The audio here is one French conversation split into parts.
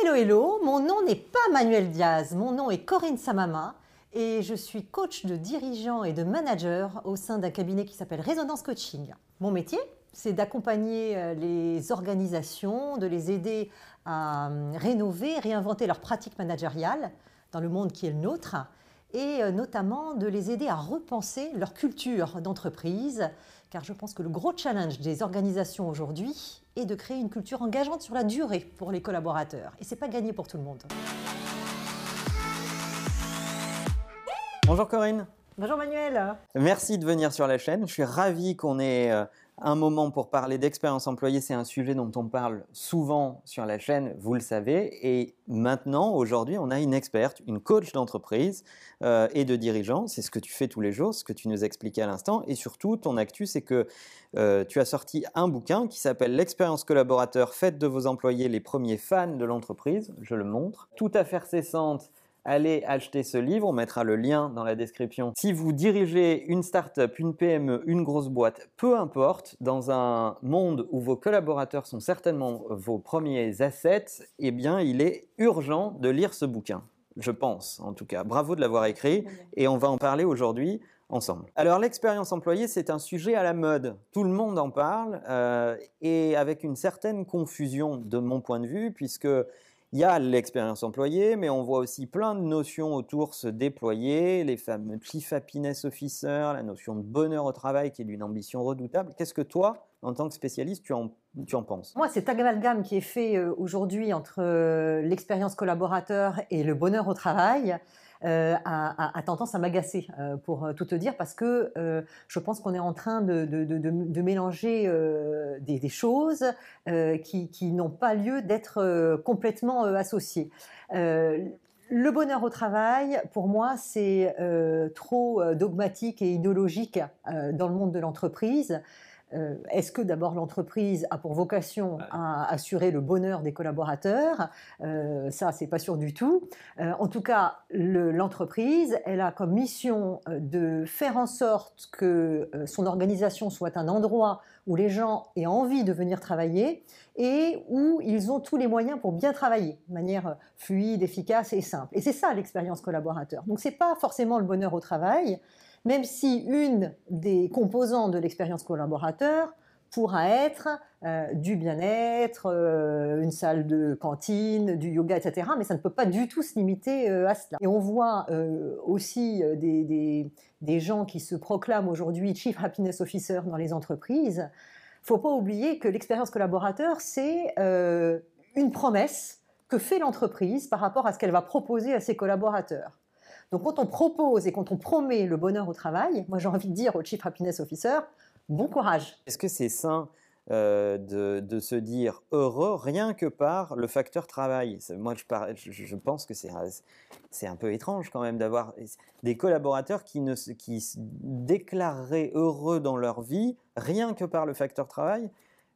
Hello, hello, mon nom n'est pas Manuel Diaz, mon nom est Corinne Samama et je suis coach de dirigeants et de managers au sein d'un cabinet qui s'appelle Résonance Coaching. Mon métier, c'est d'accompagner les organisations, de les aider à rénover, réinventer leurs pratiques managériales dans le monde qui est le nôtre et notamment de les aider à repenser leur culture d'entreprise, car je pense que le gros challenge des organisations aujourd'hui est de créer une culture engageante sur la durée pour les collaborateurs. Et ce n'est pas gagné pour tout le monde. Bonjour Corinne. Bonjour Manuel. Merci de venir sur la chaîne. Je suis ravi qu'on ait un moment pour parler d'expérience employée. C'est un sujet dont on parle souvent sur la chaîne, vous le savez. Et maintenant, aujourd'hui, on a une experte, une coach d'entreprise et de dirigeants. C'est ce que tu fais tous les jours, ce que tu nous expliquais à l'instant. Et surtout, ton actu, c'est que tu as sorti un bouquin qui s'appelle « L'expérience collaborateur, faites de vos employés les premiers fans de l'entreprise ». Je le montre. Tout à fait récente. Allez acheter ce livre, on mettra le lien dans la description. Si vous dirigez une start-up, une PME, une grosse boîte, peu importe, dans un monde où vos collaborateurs sont certainement vos premiers assets, eh bien, il est urgent de lire ce bouquin. Je pense, en tout cas. Bravo de l'avoir écrit et on va en parler aujourd'hui ensemble. Alors, l'expérience employée, c'est un sujet à la mode. Tout le monde en parle et avec une certaine confusion de mon point de vue, puisque il y a l'expérience employée, mais on voit aussi plein de notions autour se déployer, les fameux Chief Happiness Officer, la notion de bonheur au travail qui est d'une ambition redoutable. Qu'est-ce que toi, en tant que spécialiste, tu en penses? Moi, cet amalgame qui est fait aujourd'hui entre l'expérience collaborateur et le bonheur au travail a tendance à m'agacer, pour tout te dire, parce que je pense qu'on est en train de mélanger des choses qui n'ont pas lieu d'être complètement associées. Le bonheur au travail, pour moi, c'est trop dogmatique et idéologique dans le monde de l'entreprise. Est-ce que d'abord l'entreprise a pour vocation à assurer le bonheur des collaborateurs? Ça, c'est pas sûr du tout. En tout cas, l'entreprise, elle a comme mission de faire en sorte que son organisation soit un endroit où les gens aient envie de venir travailler et où ils ont tous les moyens pour bien travailler de manière fluide, efficace et simple. Et c'est ça l'expérience collaborateur. Donc c'est pas forcément le bonheur au travail, même si une des composantes de l'expérience collaborateur pourra être du bien-être, une salle de cantine, du yoga, etc. Mais ça ne peut pas du tout se limiter à cela. Et on voit aussi des gens qui se proclament aujourd'hui Chief Happiness Officer dans les entreprises. Il ne faut pas oublier que l'expérience collaborateur, c'est une promesse que fait l'entreprise par rapport à ce qu'elle va proposer à ses collaborateurs. Donc quand on propose et quand on promet le bonheur au travail, moi j'ai envie de dire au Chief Happiness Officer, bon courage. Est-ce que c'est sain de se dire heureux rien que par le facteur travail? Moi je pense que c'est un peu étrange quand même d'avoir des collaborateurs qui se déclareraient heureux dans leur vie rien que par le facteur travail.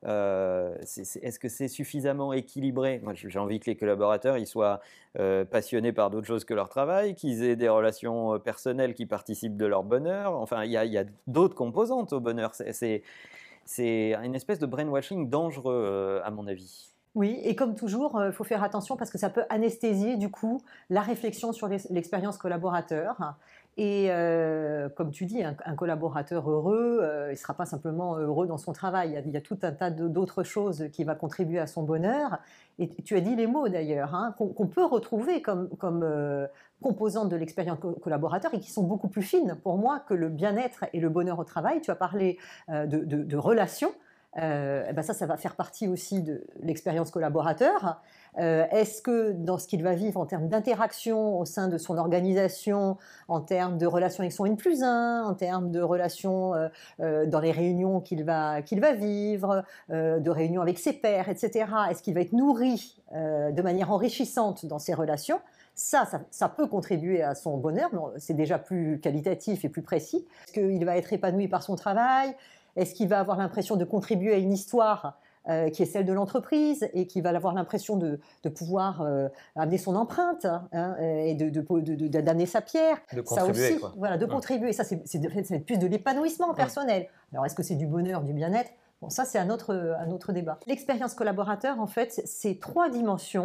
Est-ce que c'est suffisamment équilibré? Moi, j'ai envie que les collaborateurs ils soient passionnés par d'autres choses que leur travail, qu'ils aient des relations personnelles qui participent de leur bonheur. Enfin, il y a d'autres composantes au bonheur. C'est une espèce de brainwashing dangereux, à mon avis. Oui, et comme toujours, il faut faire attention parce que ça peut anesthésier du coup la réflexion sur l'expérience collaborateur. Et comme tu dis, un collaborateur heureux, il ne sera pas simplement heureux dans son travail. Il y a tout un tas d'autres choses qui vont contribuer à son bonheur. Et tu as dit les mots d'ailleurs, hein, qu'on peut retrouver comme composantes de l'expérience collaborateur et qui sont beaucoup plus fines pour moi que le bien-être et le bonheur au travail. Tu as parlé de relations. Ça va faire partie aussi de l'expérience collaborateur. Est-ce que dans ce qu'il va vivre en termes d'interaction au sein de son organisation, en termes de relations avec son N+1, en termes de relations dans les réunions qu'il va vivre, de réunions avec ses pairs, etc., est-ce qu'il va être nourri de manière enrichissante dans ses relations? Ça peut contribuer à son bonheur, c'est déjà plus qualitatif et plus précis. Est-ce qu'il va être épanoui par son travail? Est-ce qu'il va avoir l'impression de contribuer à une histoire qui est celle de l'entreprise et qui va avoir l'impression de pouvoir amener son empreinte et d'amener sa pierre? De contribuer, ça aussi, quoi. Voilà, de contribuer. Ça, c'est plus de l'épanouissement personnel. Alors, est-ce que c'est du bonheur, du bien-être? Bon, ça, c'est un autre débat. L'expérience collaborateur, en fait, c'est 3 dimensions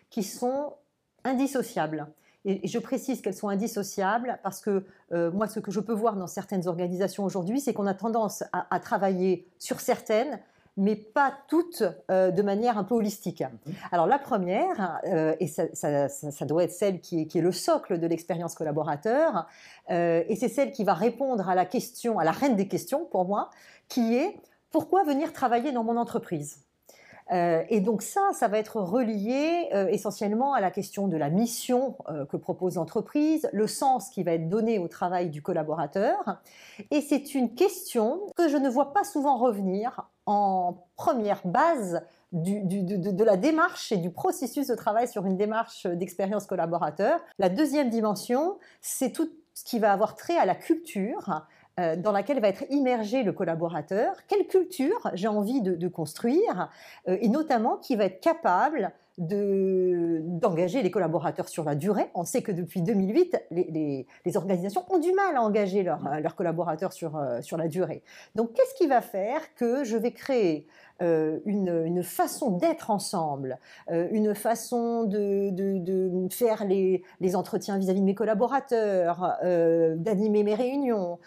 qui sont indissociables. Et je précise qu'elles sont indissociables parce que moi, ce que je peux voir dans certaines organisations aujourd'hui, c'est qu'on a tendance à travailler sur certaines, mais pas toutes de manière un peu holistique. Alors la première, et ça doit être celle qui est le socle de l'expérience collaborateur, et c'est celle qui va répondre à la question, à la reine des questions pour moi, qui est « Pourquoi venir travailler dans mon entreprise ?» Et donc ça va être relié essentiellement à la question de la mission que propose l'entreprise, le sens qui va être donné au travail du collaborateur. Et c'est une question que je ne vois pas souvent revenir en première base de la démarche et du processus de travail sur une démarche d'expérience collaborateur. La deuxième dimension, c'est tout ce qui va avoir trait à la culture, dans laquelle va être immergé le collaborateur, quelle culture j'ai envie de construire, et notamment qui va être capable d'engager les collaborateurs sur la durée. On sait que depuis 2008, les organisations ont du mal à engager leurs collaborateurs sur la durée. Donc, qu'est-ce qui va faire que je vais créer une façon d'être ensemble, une façon de faire les entretiens vis-à-vis de mes collaborateurs, d'animer mes réunions,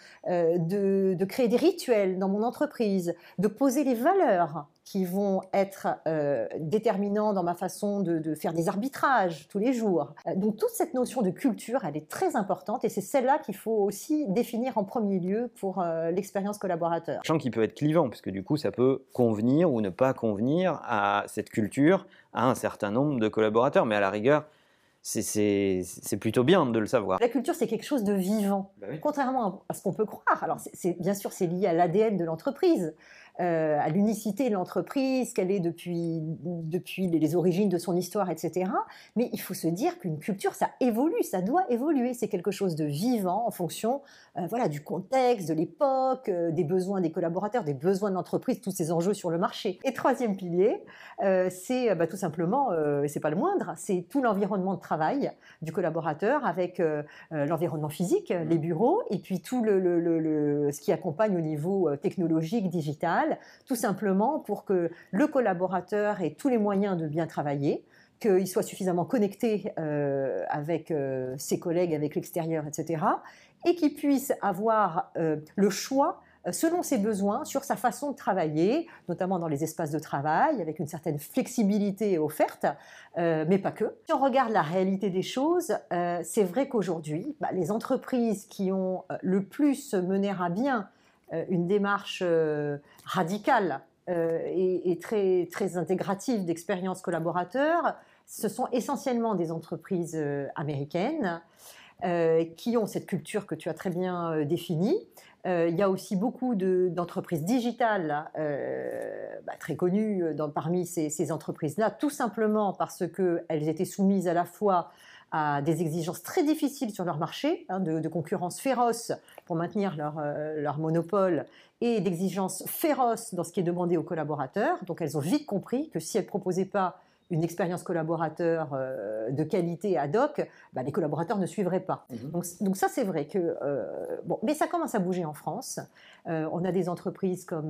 de créer des rituels dans mon entreprise, de poser les valeurs qui vont être déterminants dans ma façon de faire des arbitrages tous les jours. Donc toute cette notion de culture, elle est très importante et c'est celle-là qu'il faut aussi définir en premier lieu pour l'expérience collaborateur. Sachant qu'il peut être clivant, parce que du coup, ça peut convenir ou ne pas convenir à cette culture, à un certain nombre de collaborateurs, mais à la rigueur, c'est plutôt bien de le savoir. La culture, c'est quelque chose de vivant, oui. Contrairement à ce qu'on peut croire. Alors, bien sûr, c'est lié à l'ADN de l'entreprise, à l'unicité de l'entreprise, qu'elle est depuis les origines de son histoire, etc. Mais il faut se dire qu'une culture, ça évolue, ça doit évoluer. C'est quelque chose de vivant en fonction du contexte, de l'époque, des besoins des collaborateurs, des besoins de l'entreprise, tous ces enjeux sur le marché. Et troisième pilier, c'est tout simplement, c'est pas le moindre, c'est tout l'environnement de travail du collaborateur avec l'environnement physique, les bureaux, et puis tout ce qui accompagne au niveau technologique, digital, tout simplement pour que le collaborateur ait tous les moyens de bien travailler, qu'il soit suffisamment connecté avec ses collègues, avec l'extérieur, etc., et qu'il puisse avoir le choix selon ses besoins, sur sa façon de travailler, notamment dans les espaces de travail, avec une certaine flexibilité offerte, mais pas que. Si on regarde la réalité des choses, c'est vrai qu'aujourd'hui, les entreprises qui ont le plus mené à bien une démarche radicale et très, très intégrative d'expérience collaborateur, ce sont essentiellement des entreprises américaines qui ont cette culture que tu as très bien définie. Il y a aussi beaucoup d'entreprises digitales très connues parmi ces entreprises-là, tout simplement parce qu'elles étaient soumises à la fois à des exigences très difficiles sur leur marché, de concurrence féroce pour maintenir leur monopole, et d'exigences féroces dans ce qui est demandé aux collaborateurs. Donc elles ont vite compris que si elles ne proposaient pas une expérience collaborateur de qualité ad hoc, les collaborateurs ne suivraient pas. Donc ça, c'est vrai que... mais ça commence à bouger en France. On a des entreprises comme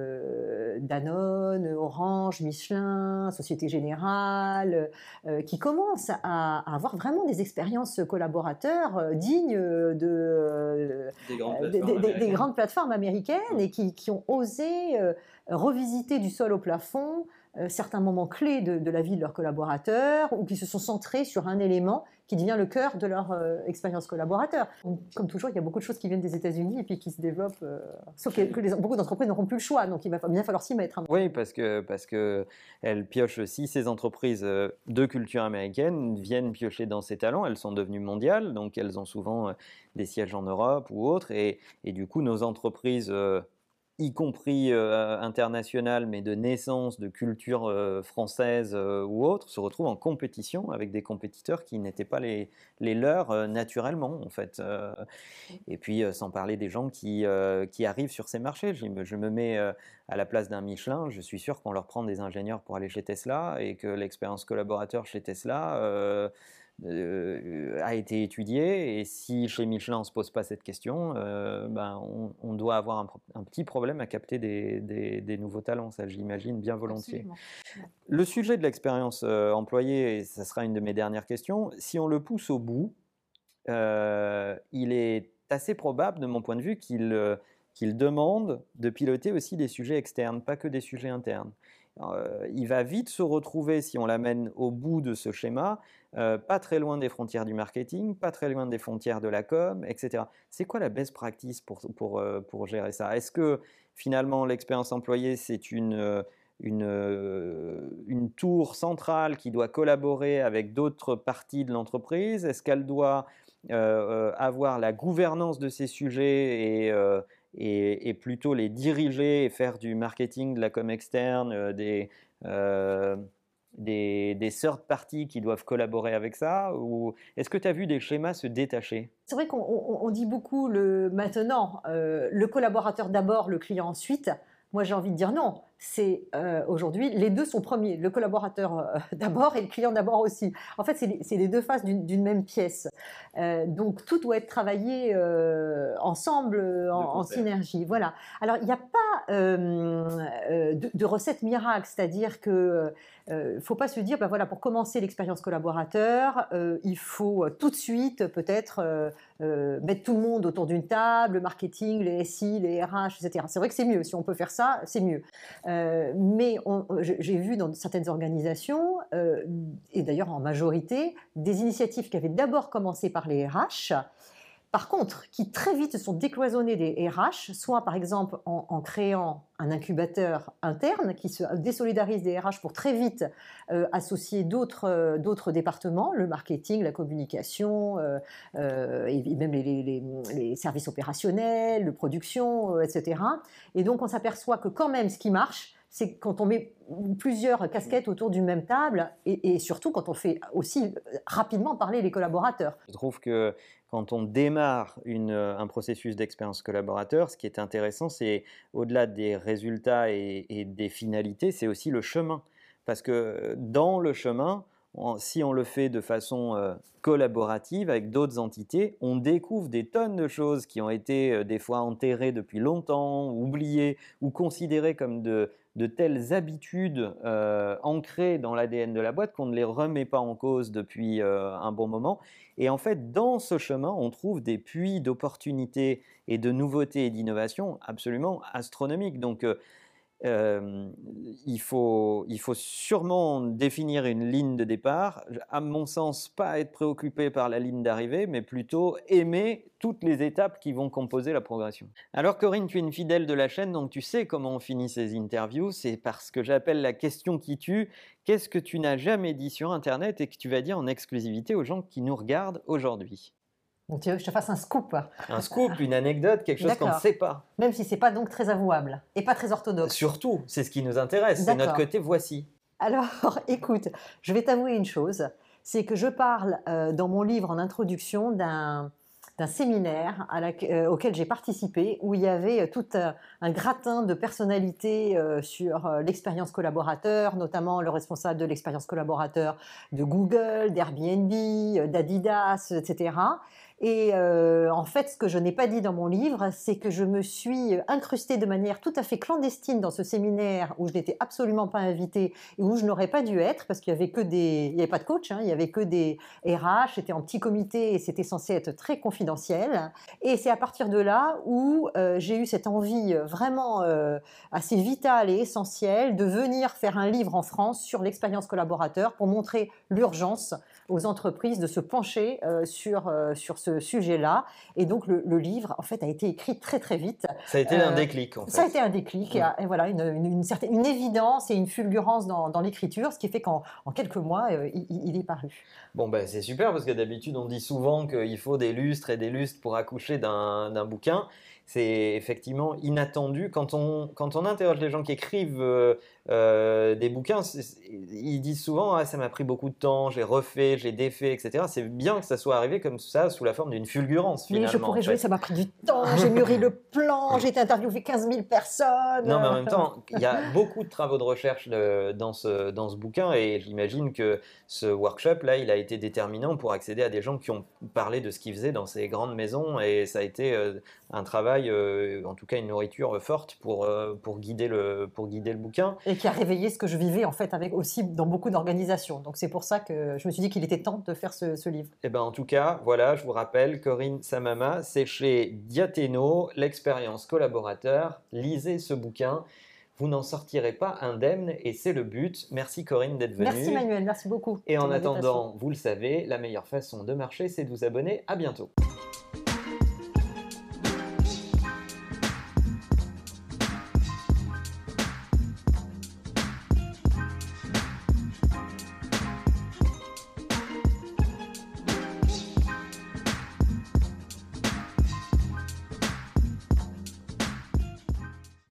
Danone, Orange, Michelin, Société Générale, qui commencent à avoir vraiment des expériences collaborateurs dignes des grandes plateformes américaines et qui ont osé revisiter du sol au plafond certains moments clés de la vie de leurs collaborateurs ou qui se sont centrés sur un élément qui devient le cœur de leur expérience collaborateur. Donc, comme toujours, il y a beaucoup de choses qui viennent des États-Unis et puis qui se développent, sauf que beaucoup d'entreprises n'auront plus le choix, donc il va bien falloir s'y mettre. Oui, parce que elles piochent aussi, ces entreprises de culture américaine viennent piocher dans ces talents, elles sont devenues mondiales, donc elles ont souvent des sièges en Europe ou autres, et du coup, nos entreprises... y compris internationales, mais de naissance, de culture française ou autre, se retrouvent en compétition avec des compétiteurs qui n'étaient pas les leurs naturellement, en fait. Et puis, sans parler des gens qui arrivent sur ces marchés. Je me mets à la place d'un Michelin, je suis sûr qu'on leur prend des ingénieurs pour aller chez Tesla et que l'expérience collaborateur chez Tesla... a été étudié. Et si chez Michelin, on ne se pose pas cette question, on doit avoir un petit problème à capter des nouveaux talents. Ça, j'imagine bien volontiers. Absolument. Le sujet de l'expérience employée, et ça sera une de mes dernières questions, si on le pousse au bout, il est assez probable, de mon point de vue, qu'il demande de piloter aussi des sujets externes, pas que des sujets internes. Il va vite se retrouver, si on l'amène au bout de ce schéma, pas très loin des frontières du marketing, pas très loin des frontières de la com, etc. C'est quoi la best practice pour gérer ça? Est-ce que finalement l'expérience employée, c'est une tour centrale qui doit collaborer avec d'autres parties de l'entreprise? Est-ce qu'elle doit avoir la gouvernance de ces sujets et plutôt les diriger et faire du marketing, de la com externe, des third parties qui doivent collaborer avec ça? Ou est-ce que tu as vu des schémas se détacher? C'est vrai qu'on dit beaucoup maintenant, le collaborateur d'abord, le client ensuite. Moi, j'ai envie de dire non. C'est aujourd'hui, les deux sont premiers, le collaborateur d'abord et le client d'abord aussi. En fait, c'est les deux faces d'une même pièce. Donc, tout doit être travaillé ensemble, en synergie. Voilà. Alors, il n'y a pas de recette miracle, c'est-à-dire que faut pas se dire, voilà, pour commencer l'expérience collaborateur, il faut tout de suite peut-être mettre tout le monde autour d'une table, le marketing, les SI, les RH, etc. C'est vrai que c'est mieux. Si on peut faire ça, c'est mieux. Mais j'ai vu dans certaines organisations, et d'ailleurs en majorité, des initiatives qui avaient d'abord commencé par les RH, par contre, qui très vite se sont décloisonnés des RH, soit par exemple en créant un incubateur interne qui se désolidarise des RH pour très vite associer d'autres départements, le marketing, la communication, et même les services opérationnels, la production, etc. Et donc on s'aperçoit que quand même ce qui marche, c'est quand on met plusieurs casquettes autour d'une même table et surtout quand on fait aussi rapidement parler les collaborateurs. Je trouve que quand on démarre un processus d'expérience collaborateur, ce qui est intéressant, c'est au-delà des résultats et des finalités, c'est aussi le chemin. Parce que dans le chemin, si on le fait de façon collaborative avec d'autres entités, on découvre des tonnes de choses qui ont été des fois enterrées depuis longtemps, oubliées ou considérées comme de telles habitudes ancrées dans l'ADN de la boîte qu'on ne les remet pas en cause depuis un bon moment. Et en fait, dans ce chemin, on trouve des puits d'opportunités et de nouveautés et d'innovations absolument astronomiques. Donc, il faut sûrement définir une ligne de départ. À mon sens, pas être préoccupé par la ligne d'arrivée, mais plutôt aimer toutes les étapes qui vont composer la progression. Alors Corinne, tu es une fidèle de la chaîne, donc tu sais comment on finit ces interviews. C'est parce que j'appelle la question qui tue. Qu'est-ce que tu n'as jamais dit sur Internet et que tu vas dire en exclusivité aux gens qui nous regardent aujourd'hui? Donc tu veux que je te fasse un scoop? Un scoop, une anecdote, quelque chose qu'on ne sait pas. Même si ce n'est pas donc très avouable et pas très orthodoxe. Surtout, c'est ce qui nous intéresse, c'est notre côté voici. Alors, écoute, je vais t'avouer une chose, c'est que je parle dans mon livre en introduction d'un séminaire auquel j'ai participé, où il y avait tout un gratin de personnalités sur l'expérience collaborateur, notamment le responsable de l'expérience collaborateur de Google, d'Airbnb, d'Adidas, etc. Et en fait, ce que je n'ai pas dit dans mon livre, c'est que je me suis incrustée de manière tout à fait clandestine dans ce séminaire où je n'étais absolument pas invitée et où je n'aurais pas dû être parce qu'il y il n'y avait pas de coach, il y avait que des RH, c'était en petit comité et c'était censé être très confidentiel. Et c'est à partir de là où j'ai eu cette envie vraiment assez vitale et essentielle de venir faire un livre en France sur l'expérience collaborateur pour montrer l'urgence aux entreprises de se pencher sur ce sujet-là. Et donc, le livre, en fait, a été écrit très, très vite. Ça a été un déclic, en fait. Ça a été un déclic, et voilà, une évidence et une fulgurance dans l'écriture, ce qui fait qu'en quelques mois, il est paru. Bon, ben, c'est super, parce que d'habitude, on dit souvent qu'il faut des lustres et des lustres pour accoucher d'un bouquin. c'est effectivement inattendu. Quand on interroge les gens qui écrivent des bouquins, ils disent souvent ah, ça m'a pris beaucoup de temps, j'ai refait, j'ai défait, etc. C'est bien que ça soit arrivé comme ça, sous la forme d'une fulgurance finalement. Oui, je pourrais jouer, ça m'a pris du temps, j'ai mûri le plan, j'ai interviewé 15 000 personnes. Non, mais en même temps, il y a beaucoup de travaux de recherche dans ce bouquin et j'imagine que ce workshop-là, il a été déterminant pour accéder à des gens qui ont parlé de ce qu'ils faisaient dans ces grandes maisons et ça a été un travail, en tout cas une nourriture forte pour guider le bouquin. Et qui a réveillé ce que je vivais en fait avec aussi dans beaucoup d'organisations. Donc c'est pour ça que je me suis dit qu'il était temps de faire ce livre. Et ben en tout cas, voilà, je vous rappelle, Corinne Samama, c'est chez Diathéno, l'expérience collaborateur. Lisez ce bouquin, vous n'en sortirez pas indemne et c'est le but. Merci Corinne d'être venue. Merci Manuel, merci beaucoup. Et en attendant, vous le savez, la meilleure façon de marcher, c'est de vous abonner. À bientôt.